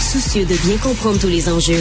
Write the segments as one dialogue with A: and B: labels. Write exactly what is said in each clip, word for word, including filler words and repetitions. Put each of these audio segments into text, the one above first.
A: Soucieux de bien comprendre tous les enjeux,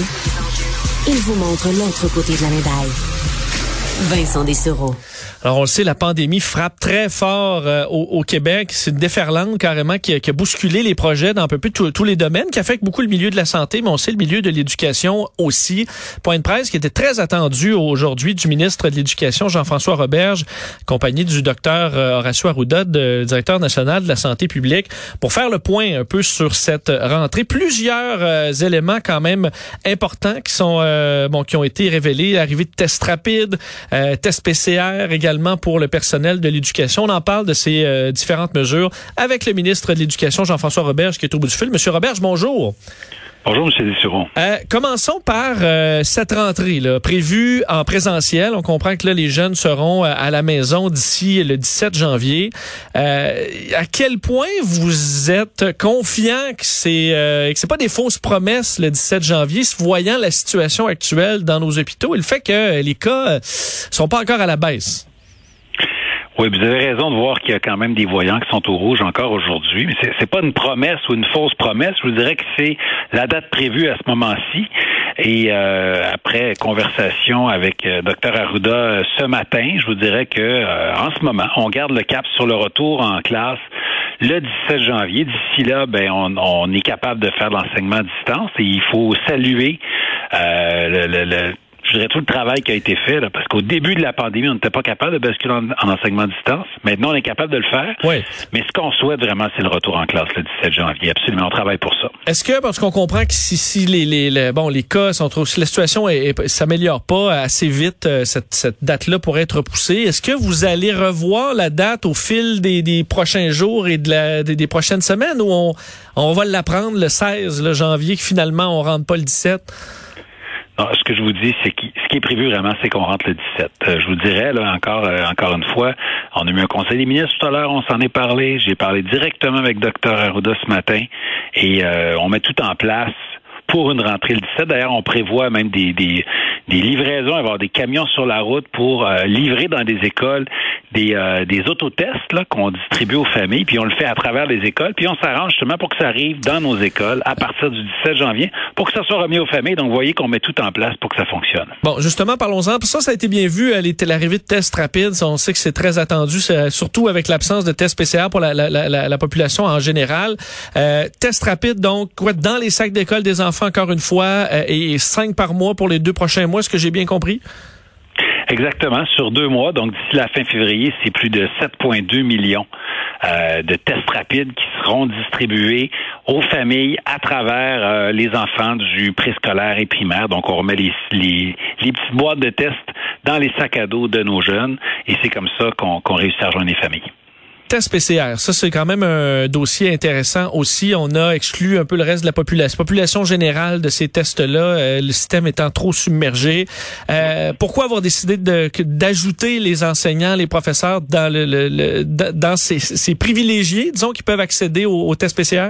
A: il vous montre l'autre côté de la médaille. Vincent Dessureau.
B: Alors, on le sait, la pandémie frappe très fort euh, au, au Québec. C'est une déferlante carrément qui a, qui a bousculé les projets dans un peu plus tous les domaines, qui affecte beaucoup le milieu de la santé, mais on sait le milieu de l'éducation aussi. Point de presse qui était très attendu aujourd'hui du ministre de l'Éducation, Jean-François Roberge, accompagné du docteur euh, Horacio Arruda, de, directeur national de la santé publique, pour faire le point un peu sur cette rentrée. Plusieurs euh, éléments quand même importants qui sont euh, bon qui ont été révélés. Arrivée de tests rapides, euh, tests P C R également pour le personnel de l'éducation. On en parle de ces euh, différentes mesures avec le ministre de l'Éducation, Jean-François Roberge, qui est au bout du fil. Monsieur Roberge, bonjour.
C: Bonjour, M. Dessureau.
B: Euh, commençons par euh, cette rentrée là, prévue en présentiel. On comprend que là, les jeunes seront à la maison d'ici le dix-sept janvier. Euh, à quel point vous êtes confiant que c'est euh, que c'est pas des fausses promesses le dix-sept janvier, voyant la situation actuelle dans nos hôpitaux et le fait que les cas euh, sont pas encore à la baisse?
C: Oui, vous avez raison de voir qu'il y a quand même des voyants qui sont au rouge encore aujourd'hui. Mais c'est, c'est pas une promesse ou une fausse promesse. Je vous dirais que c'est la date prévue à ce moment-ci. Et euh, après conversation avec euh, docteur Arruda euh, ce matin, je vous dirais que euh, en ce moment, on garde le cap sur le retour en classe le dix-sept janvier. D'ici là, ben on, on est capable de faire de l'enseignement à distance et il faut saluer euh, le, le, le je dirais tout le travail qui a été fait, là, parce qu'au début de la pandémie, on n'était pas capable de basculer en, en enseignement à distance. Maintenant, on est capable de le faire.
B: Oui.
C: Mais ce qu'on souhaite vraiment, c'est le retour en classe le dix-sept janvier. Absolument, on travaille pour ça.
B: Est-ce que, parce qu'on comprend que si, si les, les, les bon les cas sont trop, si la situation est, est, s'améliore pas assez vite, cette, cette date-là pourrait être repoussée. Est-ce que vous allez revoir la date au fil des, des prochains jours et de la, des, des prochaines semaines, ou on, on va l'apprendre le seize le janvier, que finalement on rentre pas le dix-sept?
C: Non, ce que je vous dis, c'est que ce qui est prévu vraiment, c'est qu'on rentre le dix-sept. Euh, je vous dirais, là, encore, euh, encore une fois, on a eu un conseil des ministres tout à l'heure, on s'en est parlé. J'ai parlé directement avec docteur Arruda ce matin et euh, on met tout en place pour une rentrée le dix-sept. D'ailleurs, on prévoit même des, des, des livraisons, avoir des camions sur la route pour euh, livrer dans des écoles des, euh, des autotests là, qu'on distribue aux familles, puis on le fait à travers les écoles, puis on s'arrange justement pour que ça arrive dans nos écoles à partir du dix-sept janvier, pour que ça soit remis aux familles. Donc, vous voyez qu'on met tout en place pour que ça fonctionne.
B: Bon, justement, parlons-en. Ça, ça a été bien vu, l'arrivée de tests rapides. On sait que c'est très attendu, surtout avec l'absence de tests P C R pour la, la, la, la population en général. Euh, tests rapides, donc, quoi, dans les sacs d'école des enfants, encore une fois, euh, et cinq par mois pour les deux prochains mois. Est-ce que j'ai bien compris?
C: Exactement, sur deux mois. Donc, d'ici la fin février, c'est plus de sept virgule deux millions euh, de tests rapides qui seront distribués aux familles à travers euh, les enfants du préscolaire et primaire. Donc, on remet les, les, les petites boîtes de tests dans les sacs à dos de nos jeunes et c'est comme ça qu'on, qu'on réussit à rejoindre les familles.
B: Test P C R, ça c'est quand même un dossier intéressant aussi. On a exclu un peu le reste de la population, population générale de ces tests-là, euh, le système étant trop submergé. Euh, pourquoi avoir décidé de, d'ajouter les enseignants, les professeurs dans le, le, le dans ces, ces privilégiés, disons, qui peuvent accéder aux, aux tests P C R?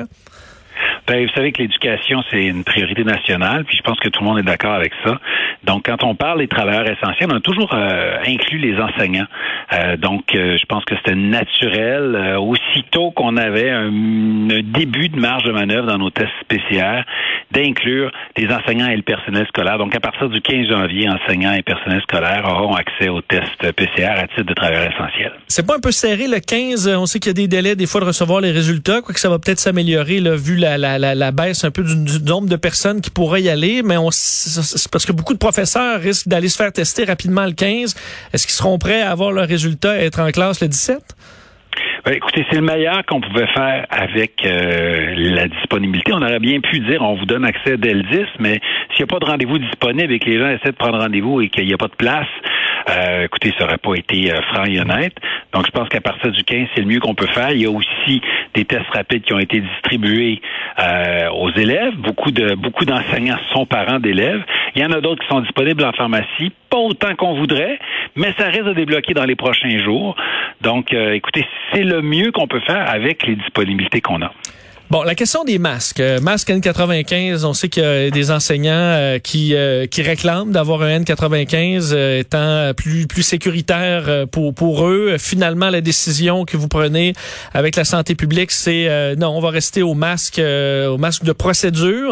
C: Ben, vous savez que l'éducation, c'est une priorité nationale, puis je pense que tout le monde est d'accord avec ça. Donc, quand on parle des travailleurs essentiels, on a toujours euh, inclus les enseignants. Euh, donc, euh, je pense que c'était naturel, euh, aussitôt qu'on avait un, un début de marge de manœuvre dans nos tests P C R, d'inclure les enseignants et le personnel scolaire. Donc, à partir du quinze janvier, enseignants et personnel scolaire auront accès aux tests P C R à titre de travailleurs essentiels.
B: C'est pas un peu serré le quinze? On sait qu'il y a des délais des fois de recevoir les résultats, quoique ça va peut-être s'améliorer là, vu la, la, la, la baisse un peu du, du nombre de personnes qui pourraient y aller, mais on, c'est parce que beaucoup de professeurs risquent d'aller se faire tester rapidement le quinze. Est-ce qu'ils seront prêts à avoir leurs résultats et être en classe le dix-sept?
C: Ben, écoutez, c'est le meilleur qu'on pouvait faire avec euh, la disponibilité. On aurait bien pu dire on vous donne accès dès le dix, mais s'il n'y a pas de rendez-vous disponible et que les gens essaient de prendre rendez-vous et qu'il n'y a pas de place, euh, écoutez, ça n'aurait pas été euh, franc et honnête. Donc, je pense qu'à partir du quinze, c'est le mieux qu'on peut faire. Il y a aussi des tests rapides qui ont été distribués euh, aux élèves. Beaucoup de beaucoup d'enseignants sont parents d'élèves. Il y en a d'autres qui sont disponibles en pharmacie, pas autant qu'on voudrait, mais ça risque de débloquer dans les prochains jours. Donc, euh, écoutez, c'est le mieux qu'on peut faire avec les disponibilités qu'on a.
B: Bon, la question des masques. Euh, masques N quatre-vingt-quinze, on sait qu'il y a des enseignants euh, qui euh, qui réclament d'avoir un N quatre-vingt-quinze euh, étant plus plus sécuritaire euh, pour pour eux. Finalement, la décision que vous prenez avec la santé publique, c'est euh, non, on va rester au masque euh, au masque de procédure.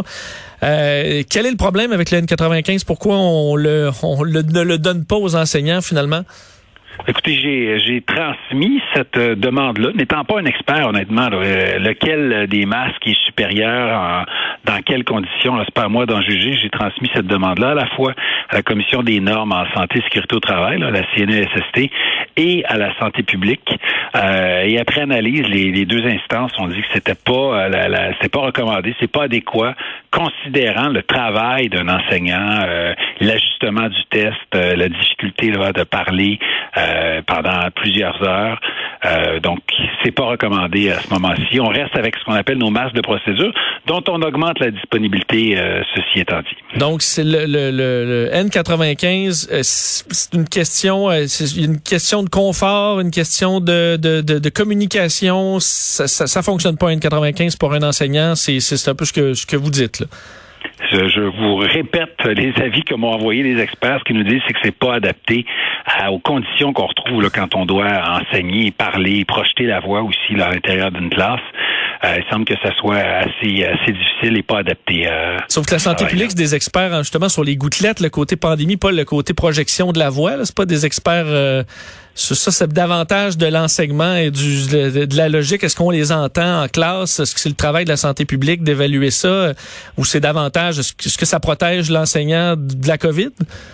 B: Euh, quel est le problème avec le N quatre-vingt-quinze? Pourquoi on le on le, ne le donne pas aux enseignants finalement?
C: Écoutez, j'ai, j'ai transmis cette euh, demande-là, n'étant pas un expert, honnêtement, là, euh, lequel des masques est supérieur, en, dans quelles conditions, là, c'est pas à moi d'en juger, j'ai transmis cette demande-là à la fois à la Commission des normes en santé et sécurité au travail, là, la C N E S S T, et à la santé publique. Euh, et après analyse, les, les deux instances ont dit que c'était pas, la, la, c'était pas recommandé, c'est pas adéquat, considérant le travail d'un enseignant, euh, l'ajustement du test, euh, la difficulté là, de parler euh, pendant plusieurs heures. Euh, donc, c'est pas recommandé à ce moment-ci. On reste avec ce qu'on appelle nos masques de procédure, dont on augmente la disponibilité, euh, ceci étant dit.
B: Donc, c'est le, le, le, le N quatre-vingt-quinze, euh, c'est une question, euh, c'est une question de confort, une question de, de, de, de communication. Ça, ça, ça fonctionne pas N quatre-vingt-quinze pour un enseignant. C'est, c'est un peu ce que, ce que vous dites, là.
C: Je, je vous répète les avis que m'ont envoyés les experts. Ce qu'ils nous disent, c'est que c'est pas adapté à, aux conditions qu'on retrouve là, quand on doit enseigner, parler, projeter la voix aussi là, à l'intérieur d'une classe. Euh, il semble que ça soit assez, assez difficile et pas adapté. Euh,
B: Sauf que la santé publique, c'est des experts hein, justement sur les gouttelettes, le côté pandémie, pas le côté projection de la voix. Là. C'est pas des experts... Euh, ça, c'est davantage de l'enseignement et du, de, de la logique. Est-ce qu'on les entend en classe? Est-ce que c'est le travail de la santé publique d'évaluer ça? Ou c'est davantage... Est-ce que, est-ce que ça protège l'enseignant de la COVID?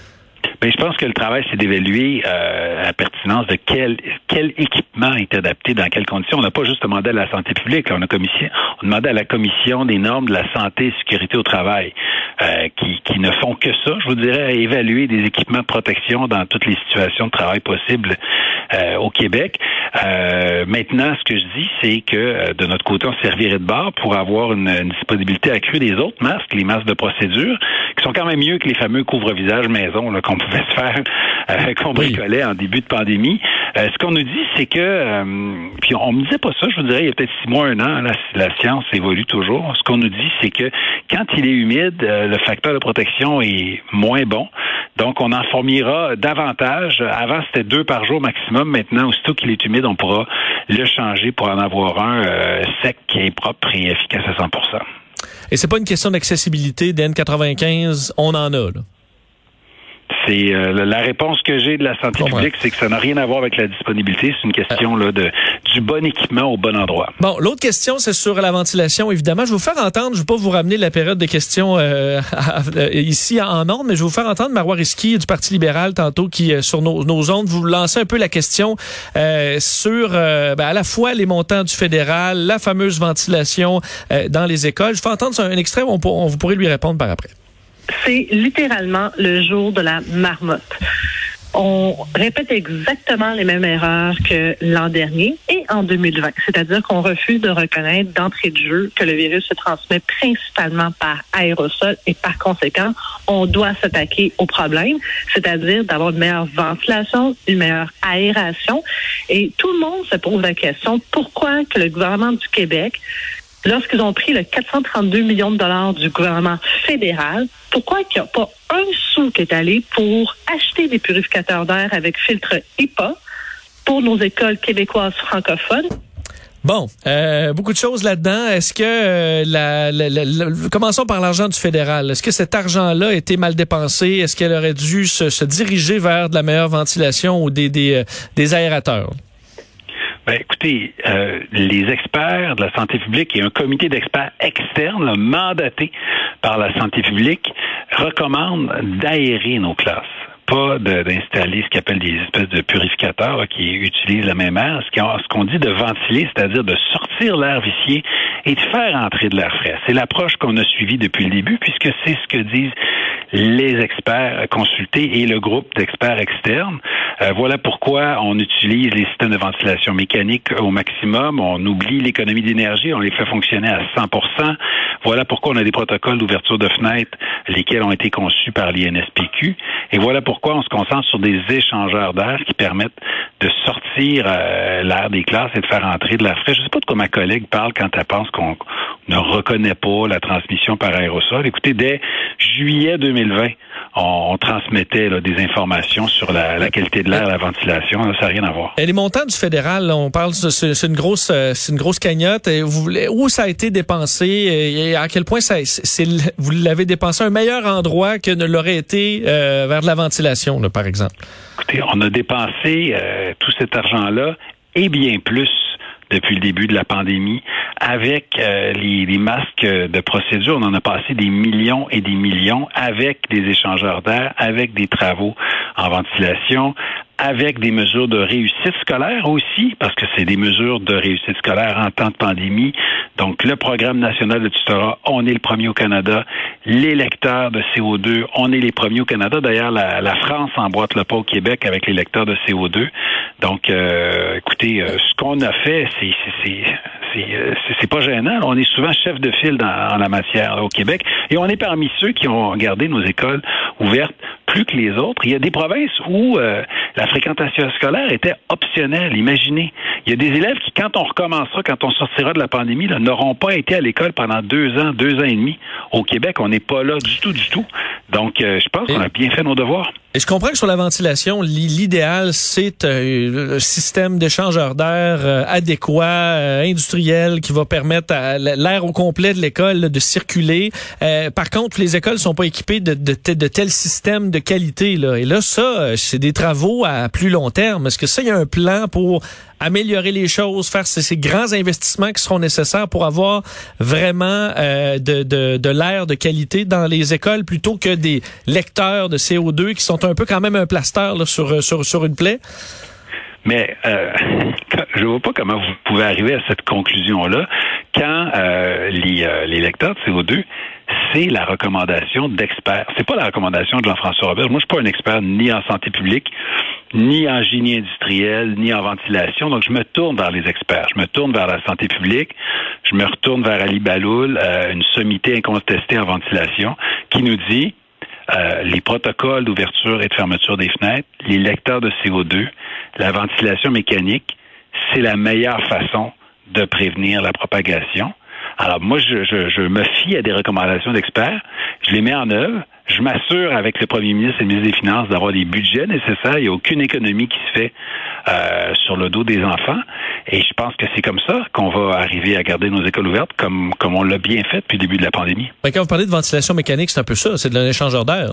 C: Bien, je pense que le travail, c'est d'évaluer euh, la pertinence de quel quel équipement est adapté, dans quelles conditions. On n'a pas juste demandé à la santé publique, là, on a commission, on demandé à la Commission des normes de la santé et sécurité au travail, euh, qui, qui ne font que ça, je vous dirais, à évaluer des équipements de protection dans toutes les situations de travail possibles euh, au Québec. Euh, maintenant, ce que je dis, c'est que euh, de notre côté, on servirait de bord pour avoir une, une disponibilité accrue des autres masques, les masques de procédure, qui sont quand même mieux que les fameux couvre-visage maison là, qu'on pouvait se faire, euh, qu'on bricolait en début de pandémie. Euh, ce qu'on nous dit, c'est que, euh, puis on me disait pas ça, je vous dirais, il y a peut-être six mois, un an, là, la science évolue toujours. Ce qu'on nous dit, c'est que quand il est humide, euh, le facteur de protection est moins bon. Donc, on en fournira davantage. Avant, c'était deux par jour maximum. Maintenant, aussitôt qu'il est humide, on pourra le changer pour en avoir un euh, sec et propre et efficace à cent pour cent.
B: Et c'est pas une question d'accessibilité d'N quatre-vingt-quinze, on en a, là.
C: C'est euh, la réponse que j'ai de la santé publique, c'est que ça n'a rien à voir avec la disponibilité. C'est une question là de du bon équipement au bon endroit.
B: Bon, l'autre question, c'est sur la ventilation. Évidemment, je vais vous faire entendre. Je ne vais pas vous ramener la période de questions euh, ici en ondes, mais je vais vous faire entendre Marois Risky du Parti libéral tantôt, qui sur nos, nos ondes vous lancez un peu la question euh, sur euh, ben, à la fois les montants du fédéral, la fameuse ventilation euh, dans les écoles. Je vais entendre un extrait où on, on vous pourrez lui répondre par après.
D: C'est littéralement le jour de la marmotte. On répète exactement les mêmes erreurs que l'an dernier et en deux mille vingt. C'est-à-dire qu'on refuse de reconnaître d'entrée de jeu que le virus se transmet principalement par aérosol et par conséquent, on doit s'attaquer au problème, c'est-à-dire d'avoir une meilleure ventilation, une meilleure aération. Et tout le monde se pose la question, pourquoi que le gouvernement du Québec, lorsqu'ils ont pris le quatre cent trente-deux millions de dollars du gouvernement fédéral, pourquoi il n'y a pas un sou qui est allé pour acheter des purificateurs d'air avec filtre E P A pour nos écoles québécoises francophones?
B: Bon, euh, beaucoup de choses là-dedans. Est-ce que euh, la, la, la, la, commençons par l'argent du fédéral. Est-ce que cet argent-là a été mal dépensé? Est-ce qu'elle aurait dû se, se diriger vers de la meilleure ventilation ou des, des, euh, des aérateurs?
C: Ben, écoutez, euh, les experts de la santé publique et un comité d'experts externes là, mandaté par la santé publique recommandent d'aérer nos classes, pas de, d'installer ce qu'ils appellent des espèces de purificateurs là, qui utilisent la même air. Ce qu'on, ce qu'on dit de ventiler, c'est-à-dire de sortir l'air vicié et de faire entrer de l'air frais. C'est l'approche qu'on a suivie depuis le début, puisque c'est ce que disent les experts consultés et le groupe d'experts externes. Euh, voilà pourquoi on utilise les systèmes de ventilation mécanique au maximum. On oublie l'économie d'énergie, on les fait fonctionner à cent pour cent. Voilà pourquoi on a des protocoles d'ouverture de fenêtres, lesquels ont été conçus par l'I N S P Q. Et voilà pourquoi on se concentre sur des échangeurs d'air qui permettent de sortir euh, l'air des classes et de faire entrer de l'air frais. Je ne sais pas de quoi ma collègue parle quand elle pense qu'on ne reconnaît pas la transmission par aérosol. Écoutez, dès juillet deux mille vingt, on, on transmettait là, des informations sur la, la qualité de l'air, la ventilation. Là, ça n'a rien à voir.
B: Et les montants du fédéral, là, on parle, c'est, c'est une grosse, c'est une grosse cagnotte. Et vous voulez, où ça a été dépensé et à quel point ça, c'est, vous l'avez dépensé à un meilleur endroit que ne l'aurait été euh, vers de la ventilation, là, par exemple?
C: Écoutez, on a dépensé euh, tout cet argent-là et bien plus depuis le début de la pandémie. Avec euh, les, les masques de procédure, on en a passé des millions et des millions avec des échangeurs d'air, avec des travaux en ventilation, avec des mesures de réussite scolaire aussi, parce que c'est des mesures de réussite scolaire en temps de pandémie. Donc, le programme national de tutorat, on est le premier au Canada. Les lecteurs de C O deux, on est les premiers au Canada. D'ailleurs, la, la France emboîte le pas au Québec avec les lecteurs de C O deux. Donc, euh, écoutez, euh, ce qu'on a fait, c'est, c'est, c'est, c'est, c'est, c'est pas gênant. On est souvent chef de file dans, en la matière là, au Québec. Et on est parmi ceux qui ont gardé nos écoles ouvertes plus que les autres. Il y a des provinces où euh, la fréquentation scolaire était optionnelle. Imaginez. Il y a des élèves qui, quand on recommencera, quand on sortira de la pandémie, là, n'auront pas été à l'école pendant deux ans, deux ans et demi. Au Québec, on n'est pas là du tout, du tout. Donc, euh, je pense qu'on a bien fait nos devoirs.
B: Et je comprends que sur la ventilation, l'idéal, c'est euh, un système d'échangeur d'air euh, adéquat, euh, industriel, qui va permettre à l'air au complet de l'école là, de circuler. Euh, par contre, les écoles sont pas équipées de, de, de tels systèmes de qualité. Là. Et là, ça, c'est des travaux à plus long terme. Est-ce que ça, il y a un plan pour améliorer les choses, faire ces, ces grands investissements qui seront nécessaires pour avoir vraiment euh, de, de, de l'air de qualité dans les écoles plutôt que des lecteurs de C O deux qui sont un peu quand même un plaster là, sur, sur, sur une plaie?
C: Mais euh, je vois pas comment vous pouvez arriver à cette conclusion-là quand euh, les, euh, les lecteurs de C O deux, c'est la recommandation d'experts. C'est pas la recommandation de Jean-François Robert. Moi, je suis pas un expert ni en santé publique, ni en génie industriel, ni en ventilation. Donc, je me tourne vers les experts. Je me tourne vers la santé publique. Je me retourne vers Ali Baloul, euh, une sommité incontestée en ventilation, qui nous dit euh, les protocoles d'ouverture et de fermeture des fenêtres, les lecteurs de C O deux, la ventilation mécanique, c'est la meilleure façon de prévenir la propagation. Alors, moi, je, je, je me fie à des recommandations d'experts. Je les mets en œuvre. Je m'assure avec le premier ministre et le ministre des Finances d'avoir les budgets nécessaires. Il n'y a aucune économie qui se fait euh, sur le dos des enfants. Et je pense que c'est comme ça qu'on va arriver à garder nos écoles ouvertes comme, comme on l'a bien fait depuis le début de la pandémie.
B: Quand vous parlez de ventilation mécanique, c'est un peu ça. C'est de l'échangeur d'air.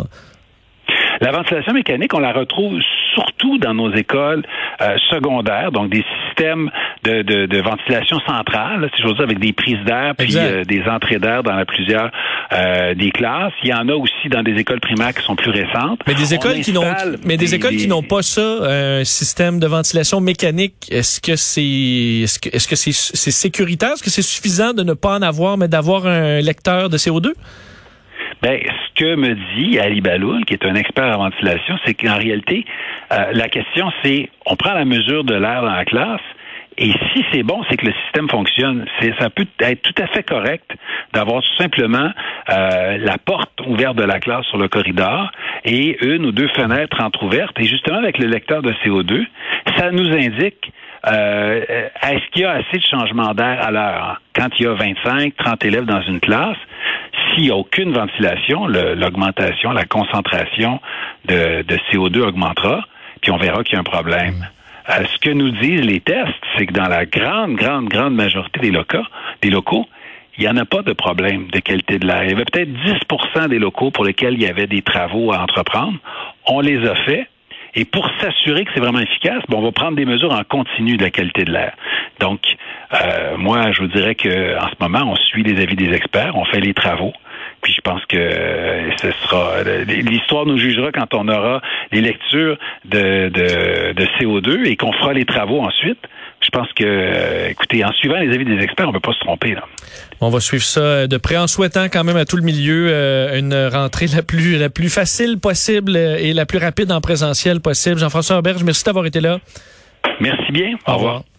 C: La ventilation mécanique, on la retrouve surtout dans nos écoles euh, secondaires, donc des systèmes de, de, de ventilation centrale, si j'ose dire, avec des prises d'air puis euh, des entrées d'air dans la plusieurs euh, des classes. Il y en a aussi dans des écoles primaires qui sont plus récentes.
B: Mais des écoles qui n'ont, mais des, des écoles des... qui n'ont pas ça, un système de ventilation mécanique. Est-ce que c'est, est-ce que, est-ce que c'est, c'est sécuritaire? Est-ce que c'est suffisant de ne pas en avoir, mais d'avoir un lecteur de C O deux?
C: Ben, ce que me dit Ali Baloul, qui est un expert en ventilation, c'est qu'en réalité, euh, la question, c'est, on prend la mesure de l'air dans la classe, et si c'est bon, c'est que le système fonctionne. C'est, ça peut être tout à fait correct d'avoir tout simplement euh, la porte ouverte de la classe sur le corridor et une ou deux fenêtres entrouvertes. Et justement, avec le lecteur de C O deux, ça nous indique euh, est-ce qu'il y a assez de changement d'air à l'heure? Quand il y a vingt-cinq, trente élèves dans une classe, s'il n'y a aucune ventilation, le, l'augmentation, la concentration de, de C O deux augmentera, puis on verra qu'il y a un problème. Euh, ce que nous disent les tests, c'est que dans la grande, grande, grande majorité des locaux, des locaux, il n'y en a pas de problème de qualité de l'air. Il y avait peut-être dix pour cent des locaux pour lesquels il y avait des travaux à entreprendre. On les a faits. Et pour s'assurer que c'est vraiment efficace, bon, on va prendre des mesures en continu de la qualité de l'air. Donc, euh, moi, je vous dirais que en ce moment, on suit les avis des experts, on fait les travaux. Puis je pense que euh, ce sera l'histoire nous jugera quand on aura les lectures de, de, de C O deux et qu'on fera les travaux ensuite. Je pense que, euh, écoutez, en suivant les avis des experts, on ne peut pas se tromper, là.
B: On va suivre ça de près en souhaitant quand même à tout le milieu euh, une rentrée la plus la plus facile possible et la plus rapide en présentiel possible. Jean-François Roberge, merci d'avoir été là.
C: Merci bien.
B: Au revoir.